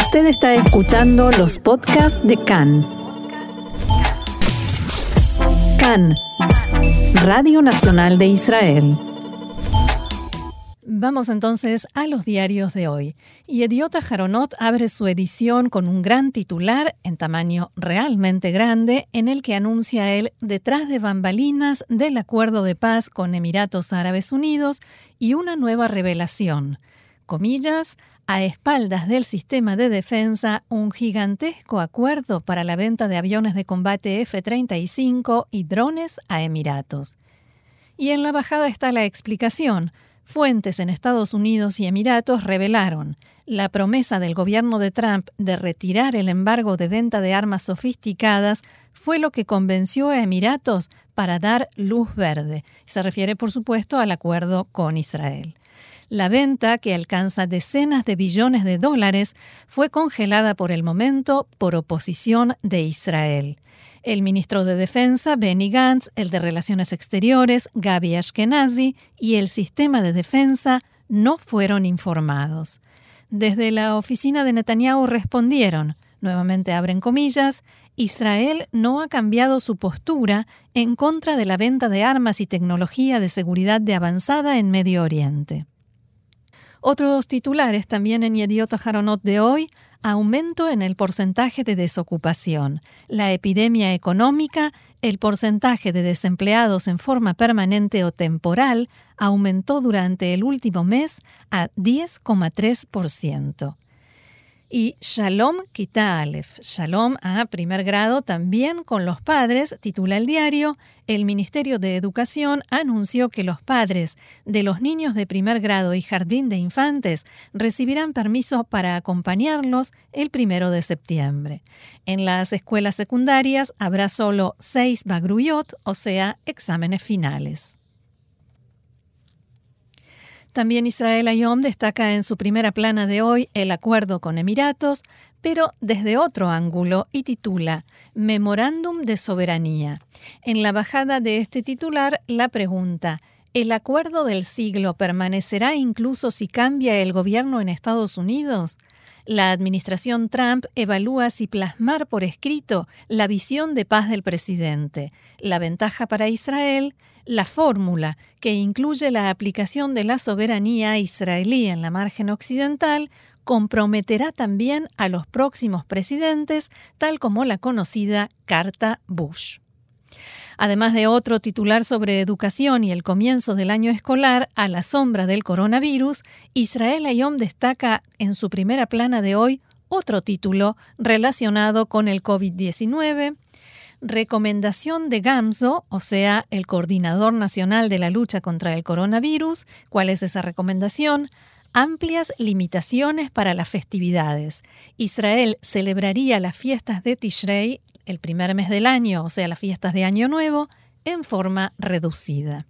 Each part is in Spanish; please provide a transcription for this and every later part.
Usted está escuchando los podcasts de CAN. CAN, Radio Nacional de Israel. Vamos entonces a los diarios de hoy. Yediot Aharonot abre su edición con un gran titular en tamaño realmente grande en el que anuncia el detrás de bambalinas del acuerdo de paz con Emiratos Árabes Unidos y una nueva revelación. Comillas, a espaldas del sistema de defensa, un gigantesco acuerdo para la venta de aviones de combate F-35 y drones a Emiratos. Y en la bajada está la explicación. Fuentes en Estados Unidos y Emiratos revelaron la promesa del gobierno de Trump de retirar el embargo de venta de armas sofisticadas fue lo que convenció a Emiratos para dar luz verde. Se refiere, por supuesto, al acuerdo con Israel. La venta, que alcanza decenas de billones de dólares, fue congelada por el momento por oposición de Israel. El ministro de Defensa, Benny Gantz, el de Relaciones Exteriores, Gaby Ashkenazi, y el sistema de defensa no fueron informados. Desde la oficina de Netanyahu respondieron, nuevamente abren comillas, Israel no ha cambiado su postura en contra de la venta de armas y tecnología de seguridad de avanzada en Medio Oriente. Otros titulares también en Yediot Aharonot de hoy, aumento en el porcentaje de desocupación, la epidemia económica, el porcentaje de desempleados en forma permanente o temporal aumentó durante el último mes a 10,3%. Y Shalom Kita Aleph, Shalom a primer grado también con los padres, titula el diario. El Ministerio de Educación anunció que los padres de los niños de primer grado y jardín de infantes recibirán permiso para acompañarlos el 1 de septiembre. En las escuelas secundarias habrá solo 6 bagruyot, o sea, exámenes finales. También Israel Hayom destaca en su primera plana de hoy el acuerdo con Emiratos, pero desde otro ángulo y titula Memorándum de Soberanía. En la bajada de este titular, la pregunta, ¿el acuerdo del siglo permanecerá incluso si cambia el gobierno en Estados Unidos? La administración Trump evalúa si plasmar por escrito la visión de paz del presidente, la ventaja para Israel, la fórmula que incluye la aplicación de la soberanía israelí en la margen occidental comprometerá también a los próximos presidentes, tal como la conocida Carta Bush. Además de otro titular sobre educación y el comienzo del año escolar a la sombra del coronavirus, Israel Hayom destaca en su primera plana de hoy otro título relacionado con el COVID-19, recomendación de Gamzo, o sea, el Coordinador Nacional de la Lucha contra el Coronavirus. ¿Cuál es esa recomendación? Amplias limitaciones para las festividades. Israel celebraría las fiestas de Tishrei, el primer mes del año, o sea, las fiestas de Año Nuevo, en forma reducida.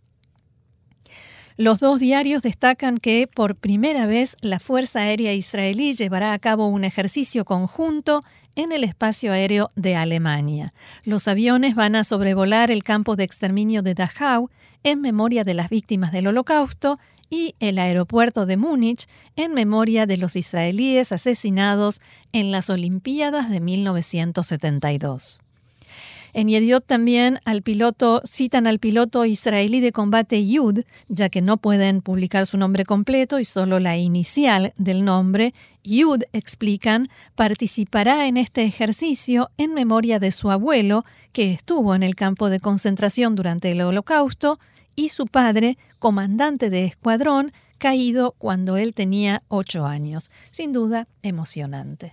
Los dos diarios destacan que por primera vez la Fuerza Aérea Israelí llevará a cabo un ejercicio conjunto en el espacio aéreo de Alemania. Los aviones van a sobrevolar el campo de exterminio de Dachau en memoria de las víctimas del Holocausto y el aeropuerto de Múnich en memoria de los israelíes asesinados en las Olimpiadas de 1972. En Yediot también citan al piloto israelí de combate Yud, ya que no pueden publicar su nombre completo y solo la inicial del nombre. Yud, explican, participará en este ejercicio en memoria de su abuelo, que estuvo en el campo de concentración durante el Holocausto, y su padre, comandante de escuadrón, caído cuando él tenía 8 años. Sin duda, emocionante.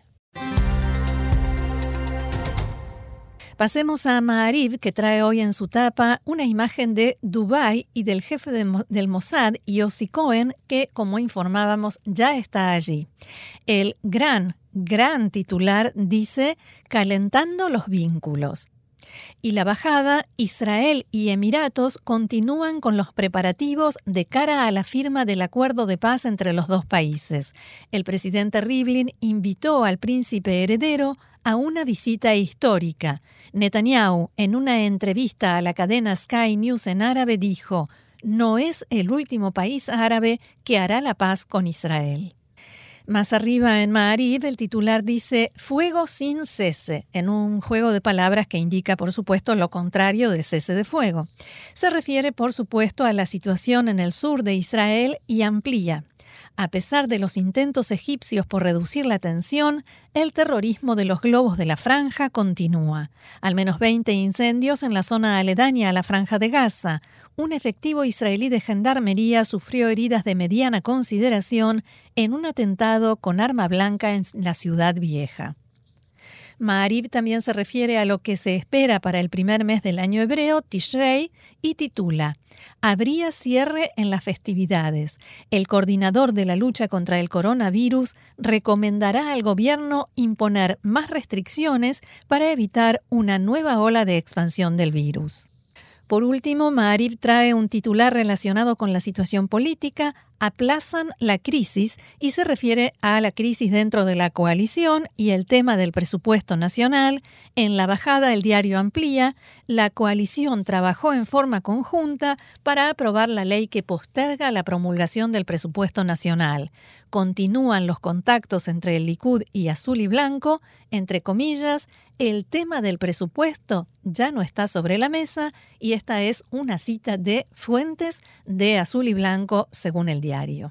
Pasemos a Ma'ariv, que trae hoy en su tapa una imagen de Dubái y del jefe del Mossad, Yossi Cohen, que, como informábamos, ya está allí. El gran titular dice, calentando los vínculos. Y la bajada, Israel y Emiratos continúan con los preparativos de cara a la firma del acuerdo de paz entre los dos países. El presidente Rivlin invitó al príncipe heredero a una visita histórica. Netanyahu, en una entrevista a la cadena Sky News en árabe, dijo: no es el último país árabe que hará la paz con Israel. Más arriba en Ma'ariv, el titular dice «fuego sin cese», en un juego de palabras que indica, por supuesto, lo contrario de cese de fuego. Se refiere, por supuesto, a la situación en el sur de Israel y amplía. A pesar de los intentos egipcios por reducir la tensión, el terrorismo de los globos de la franja continúa. Al menos 20 incendios en la zona aledaña a la franja de Gaza. Un efectivo israelí de gendarmería sufrió heridas de mediana consideración en un atentado con arma blanca en la Ciudad Vieja. Ma'ariv también se refiere a lo que se espera para el primer mes del año hebreo, Tishrei, y titula «Habría cierre en las festividades. El coordinador de la lucha contra el coronavirus recomendará al gobierno imponer más restricciones para evitar una nueva ola de expansión del virus». Por último, Ma'ariv trae un titular relacionado con la situación política, aplazan la crisis, y se refiere a la crisis dentro de la coalición y el tema del presupuesto nacional. En la bajada, el diario amplía, la coalición trabajó en forma conjunta para aprobar la ley que posterga la promulgación del presupuesto nacional. Continúan los contactos entre el Likud y Azul y Blanco, entre comillas, el tema del presupuesto ya no está sobre la mesa, y esta es una cita de fuentes de Azul y Blanco según el diario.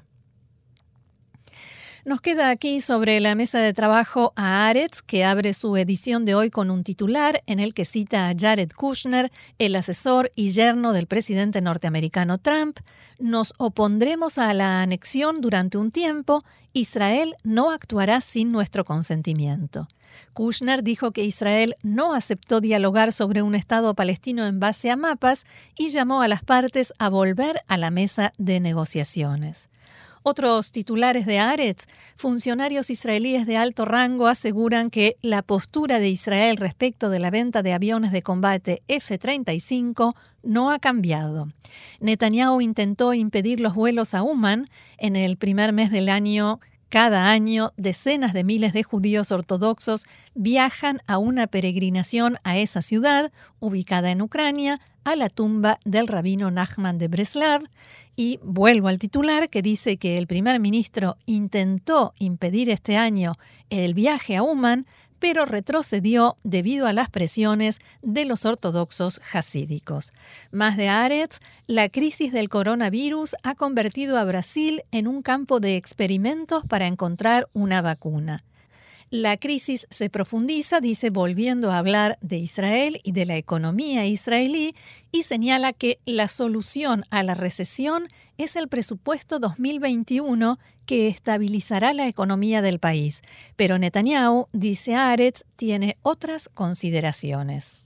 Nos queda aquí sobre la mesa de trabajo Haaretz, que abre su edición de hoy con un titular en el que cita a Jared Kushner, el asesor y yerno del presidente norteamericano Trump. Nos opondremos a la anexión durante un tiempo. Israel no actuará sin nuestro consentimiento. Kushner dijo que Israel no aceptó dialogar sobre un Estado palestino en base a mapas y llamó a las partes a volver a la mesa de negociaciones. Otros titulares de Haaretz, funcionarios israelíes de alto rango aseguran que la postura de Israel respecto de la venta de aviones de combate F-35 no ha cambiado. Netanyahu intentó impedir los vuelos a Uman en el primer mes del año. Cada año, decenas de miles de judíos ortodoxos viajan a una peregrinación a esa ciudad, ubicada en Ucrania, a la tumba del rabino Nachman de Breslav. Y vuelvo al titular que dice que el primer ministro intentó impedir este año el viaje a Uman, pero retrocedió debido a las presiones de los ortodoxos hasídicos. Más de Haaretz, la crisis del coronavirus ha convertido a Brasil en un campo de experimentos para encontrar una vacuna. La crisis se profundiza, dice, volviendo a hablar de Israel y de la economía israelí, y señala que la solución a la recesión es el presupuesto 2021 que estabilizará la economía del país. Pero Netanyahu, dice Haaretz, tiene otras consideraciones.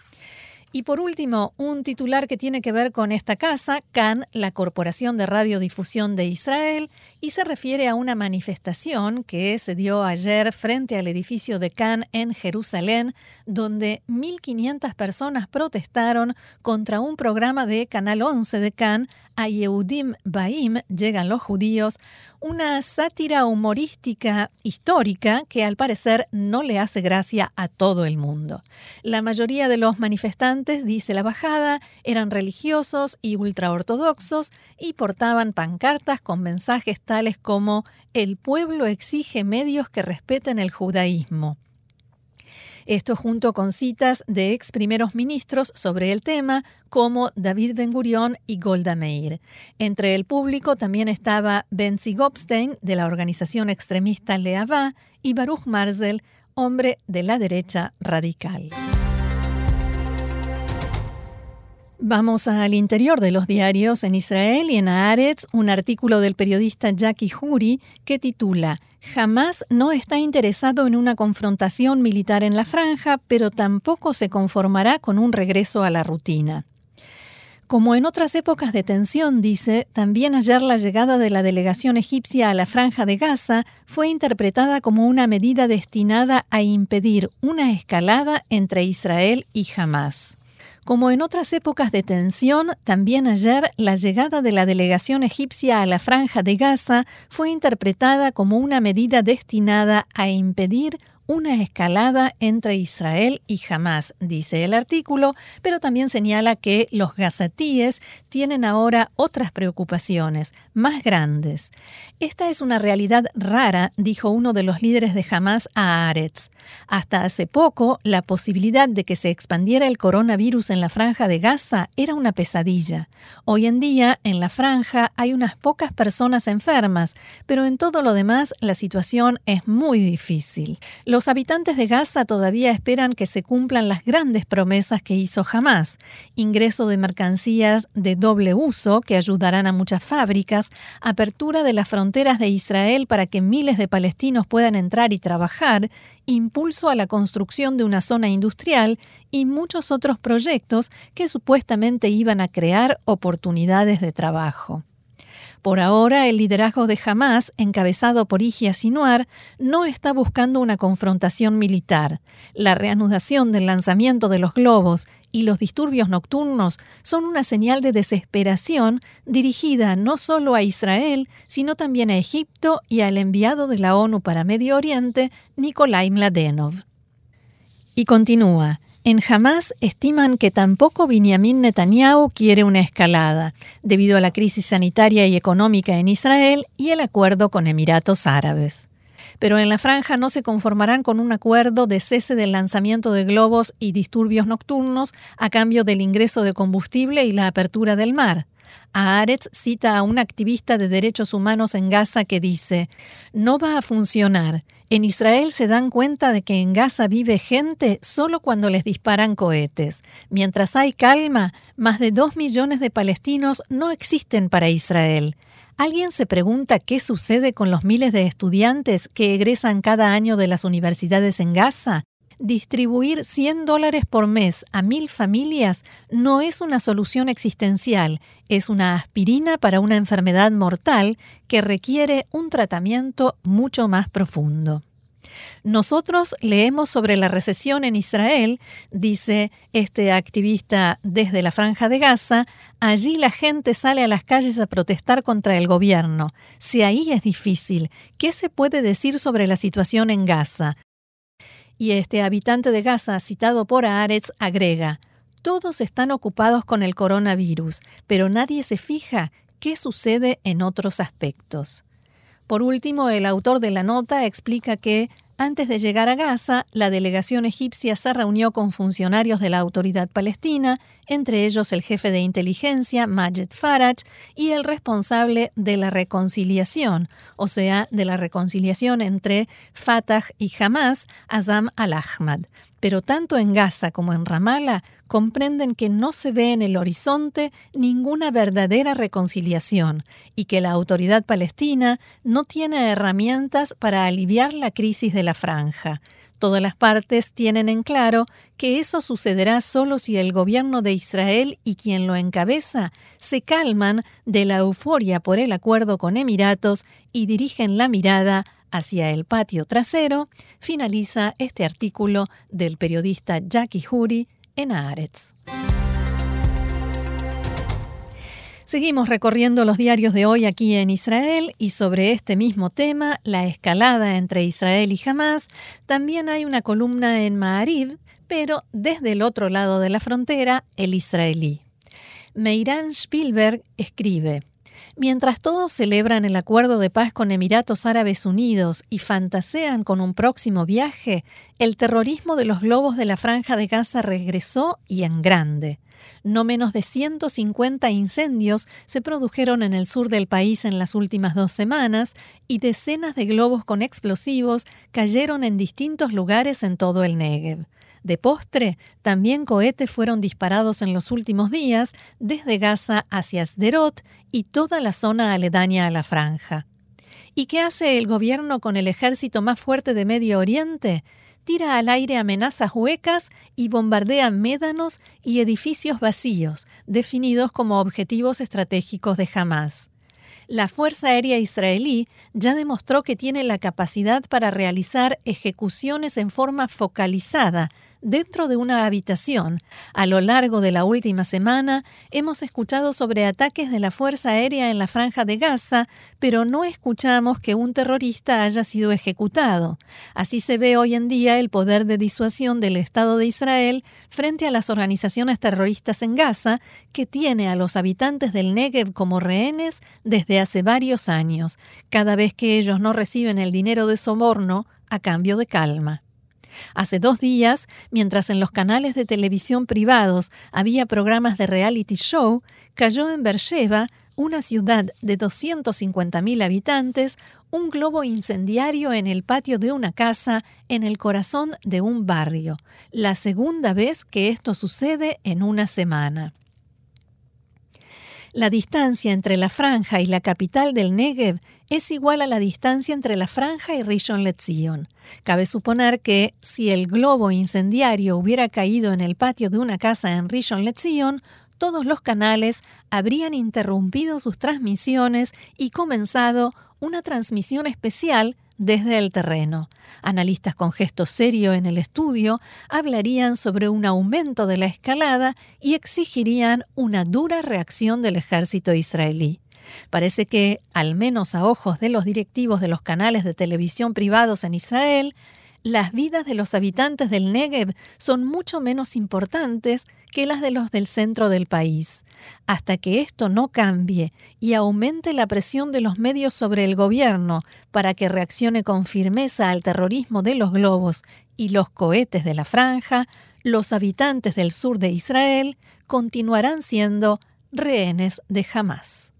Y por último, un titular que tiene que ver con esta casa, Kan, la Corporación de Radiodifusión de Israel, y se refiere a una manifestación que se dio ayer frente al edificio de Kan en Jerusalén, donde 1.500 personas protestaron contra un programa de Canal 11 de Kan, A Yehudim Baim, llegan los judíos, una sátira humorística histórica que al parecer no le hace gracia a todo el mundo. La mayoría de los manifestantes, dice la bajada, eran religiosos y ultraortodoxos y portaban pancartas con mensajes tales como «El pueblo exige medios que respeten el judaísmo». Esto junto con citas de ex primeros ministros sobre el tema, como David Ben-Gurión y Golda Meir. Entre el público también estaba Benzi Gopstein, de la organización extremista Lehavá, y Baruch Marzel, hombre de la derecha radical. Vamos al interior de los diarios en Israel y en Haaretz, un artículo del periodista Jackie Huri que titula «Hamás no está interesado en una confrontación militar en la franja, pero tampoco se conformará con un regreso a la rutina». Como en otras épocas de tensión, dice, también ayer la llegada de la delegación egipcia a la franja de Gaza fue interpretada como una medida destinada a impedir una escalada entre Israel y Hamás. Como en otras épocas de tensión, también ayer la llegada de la delegación egipcia a la franja de Gaza fue interpretada como una medida destinada a impedir una escalada entre Israel y Hamás, dice el artículo, pero también señala que los gazatíes tienen ahora otras preocupaciones, más grandes. Esta es una realidad rara, dijo uno de los líderes de Hamás a Haaretz. Hasta hace poco, la posibilidad de que se expandiera el coronavirus en la franja de Gaza era una pesadilla. Hoy en día, en la franja hay unas pocas personas enfermas, pero en todo lo demás la situación es muy difícil. Los habitantes de Gaza todavía esperan que se cumplan las grandes promesas que hizo Hamás: ingreso de mercancías de doble uso que ayudarán a muchas fábricas, apertura de las fronteras de Israel para que miles de palestinos puedan entrar y trabajar, impulso a la construcción de una zona industrial y muchos otros proyectos que supuestamente iban a crear oportunidades de trabajo. Por ahora, el liderazgo de Hamás, encabezado por Yahya Sinwar, no está buscando una confrontación militar. La reanudación del lanzamiento de los globos y los disturbios nocturnos son una señal de desesperación dirigida no solo a Israel, sino también a Egipto y al enviado de la ONU para Medio Oriente, Nikolai Mladenov. Y continúa. En Hamás estiman que tampoco Benjamin Netanyahu quiere una escalada, debido a la crisis sanitaria y económica en Israel y el acuerdo con Emiratos Árabes. Pero en la franja no se conformarán con un acuerdo de cese del lanzamiento de globos y disturbios nocturnos a cambio del ingreso de combustible y la apertura del mar. Haaretz cita a un activista de derechos humanos en Gaza que dice: «No va a funcionar. En Israel se dan cuenta de que en Gaza vive gente solo cuando les disparan cohetes. Mientras hay calma, más de 2 millones de palestinos no existen para Israel». ¿Alguien se pregunta qué sucede con los miles de estudiantes que egresan cada año de las universidades en Gaza? Distribuir $100 por mes a 1.000 familias no es una solución existencial, es una aspirina para una enfermedad mortal que requiere un tratamiento mucho más profundo. Nosotros leemos sobre la recesión en Israel, dice este activista desde la Franja de Gaza. Allí la gente sale a las calles a protestar contra el gobierno. Si ahí es difícil, ¿qué se puede decir sobre la situación en Gaza? Y este habitante de Gaza, citado por Haaretz, agrega: todos están ocupados con el coronavirus, pero nadie se fija qué sucede en otros aspectos. Por último, el autor de la nota explica que, antes de llegar a Gaza, la delegación egipcia se reunió con funcionarios de la autoridad palestina, entre ellos el jefe de inteligencia, Majed Faraj, y el responsable de la reconciliación, o sea, de la reconciliación entre Fatah y Hamás, Azam al-Ahmad. Pero tanto en Gaza como en Ramallah comprenden que no se ve en el horizonte ninguna verdadera reconciliación y que la autoridad palestina no tiene herramientas para aliviar la crisis de la franja. Todas las partes tienen en claro que eso sucederá solo si el gobierno de Israel y quien lo encabeza se calman de la euforia por el acuerdo con Emiratos y dirigen la mirada hacia el patio trasero, finaliza este artículo del periodista Jackie Huri en Haaretz. Seguimos recorriendo los diarios de hoy aquí en Israel y sobre este mismo tema, la escalada entre Israel y Hamás, también hay una columna en Maariv, pero desde el otro lado de la frontera, el israelí. Meiran Spielberg escribe: mientras todos celebran el acuerdo de paz con Emiratos Árabes Unidos y fantasean con un próximo viaje, el terrorismo de los globos de la Franja de Gaza regresó y en grande. No menos de 150 incendios se produjeron en el sur del país en las últimas 2 semanas y decenas de globos con explosivos cayeron en distintos lugares en todo el Negev. De postre, también cohetes fueron disparados en los últimos días desde Gaza hacia Sderot y toda la zona aledaña a la franja. ¿Y qué hace el gobierno con el ejército más fuerte de Medio Oriente? Tira al aire amenazas huecas y bombardea médanos y edificios vacíos, definidos como objetivos estratégicos de Hamás. La Fuerza Aérea Israelí ya demostró que tiene la capacidad para realizar ejecuciones en forma focalizada dentro de una habitación. A lo largo de la última semana hemos escuchado sobre ataques de la Fuerza Aérea en la Franja de Gaza, pero no escuchamos que un terrorista haya sido ejecutado. Así se ve hoy en día el poder de disuasión del Estado de Israel frente a las organizaciones terroristas en Gaza, que tiene a los habitantes del Negev como rehenes desde hace varios años, cada vez que ellos no reciben el dinero de soborno a cambio de calma. Hace 2 días, mientras en los canales de televisión privados había programas de reality show, cayó en Beersheba, una ciudad de 250.000 habitantes, un globo incendiario en el patio de una casa en el corazón de un barrio. La segunda vez que esto sucede en una semana. La distancia entre la franja y la capital del Negev es igual a la distancia entre la franja y Rishon LeZion. Cabe suponer que, si el globo incendiario hubiera caído en el patio de una casa en Rishon LeZion, todos los canales habrían interrumpido sus transmisiones y comenzado una transmisión especial desde el terreno. Analistas con gesto serio en el estudio hablarían sobre un aumento de la escalada y exigirían una dura reacción del ejército israelí. Parece que, al menos a ojos de los directivos de los canales de televisión privados en Israel, las vidas de los habitantes del Negev son mucho menos importantes que las de los del centro del país. Hasta que esto no cambie y aumente la presión de los medios sobre el gobierno para que reaccione con firmeza al terrorismo de los globos y los cohetes de la franja, los habitantes del sur de Israel continuarán siendo rehenes de Hamás.